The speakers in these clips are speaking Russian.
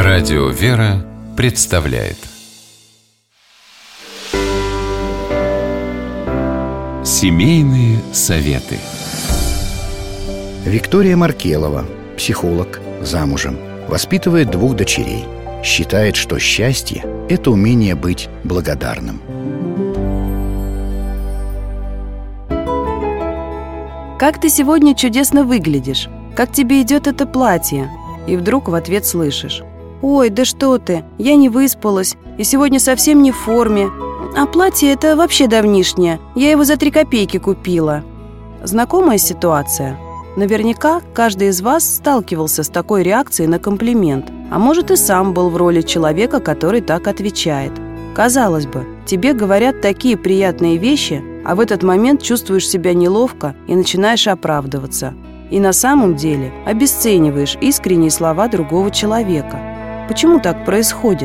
Радио «Вера» представляет Семейные советы. Виктория Маркелова, психолог, замужем, воспитывает 2 дочерей. Считает, что счастье – это умение быть благодарным. «Как ты сегодня чудесно выглядишь! Как тебе идет это платье!» И вдруг в ответ слышишь: «Ой, да что ты, я не выспалась, и сегодня совсем не в форме. А платье это вообще давнишнее, я его за 3 копейки купила». Знакомая ситуация? Наверняка каждый из вас сталкивался с такой реакцией на комплимент, а может и сам был в роли человека, который так отвечает. Казалось бы, тебе говорят такие приятные вещи, а в этот момент чувствуешь себя неловко и начинаешь оправдываться. И на самом деле обесцениваешь искренние слова другого человека. Почему так происходит?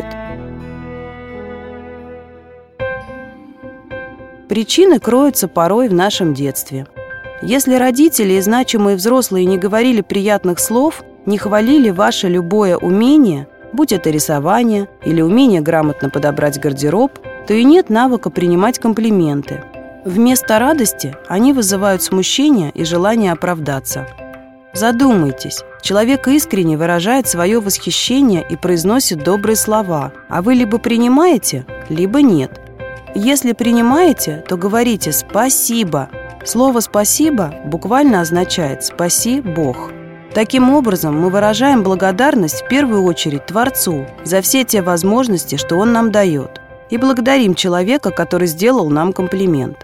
Причины кроются порой в нашем детстве. Если родители и значимые взрослые не говорили приятных слов, не хвалили ваше любое умение, будь это рисование или умение грамотно подобрать гардероб, то и нет навыка принимать комплименты. Вместо радости они вызывают смущение и желание оправдаться. Задумайтесь, человек искренне выражает свое восхищение и произносит добрые слова, а вы либо принимаете, либо нет. Если принимаете, то говорите «спасибо». Слово «спасибо» буквально означает «спаси Бог». Таким образом, мы выражаем благодарность в первую очередь Творцу за все те возможности, что Он нам дает, и благодарим человека, который сделал нам комплимент.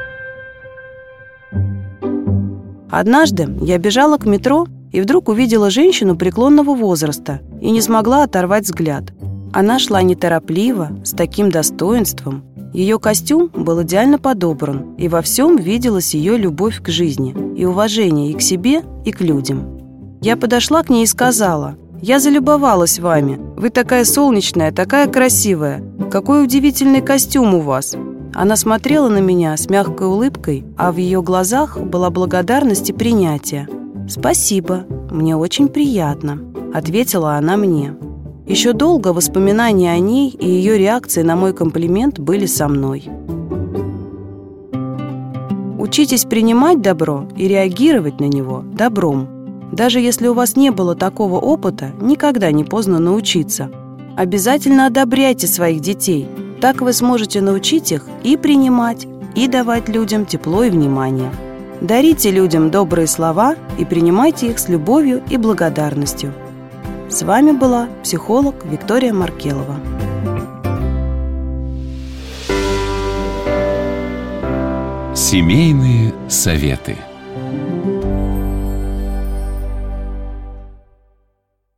Однажды я бежала к метро и вдруг увидела женщину преклонного возраста и не смогла оторвать взгляд. Она шла неторопливо, с таким достоинством. Ее костюм был идеально подобран, и во всем виделась ее любовь к жизни и уважение и к себе, и к людям. Я подошла к ней и сказала: «Я залюбовалась вами. Вы такая солнечная, такая красивая. Какой удивительный костюм у вас». Она смотрела на меня с мягкой улыбкой, а в ее глазах была благодарность и принятие. «Спасибо, мне очень приятно», — ответила она мне. Еще долго воспоминания о ней и ее реакции на мой комплимент были со мной. Учитесь принимать добро и реагировать на него добром. Даже если у вас не было такого опыта, никогда не поздно научиться. Обязательно одобряйте своих детей. Так вы сможете научить их и принимать, и давать людям тепло и внимание. Дарите людям добрые слова и принимайте их с любовью и благодарностью. С вами была психолог Виктория Маркелова. Семейные советы.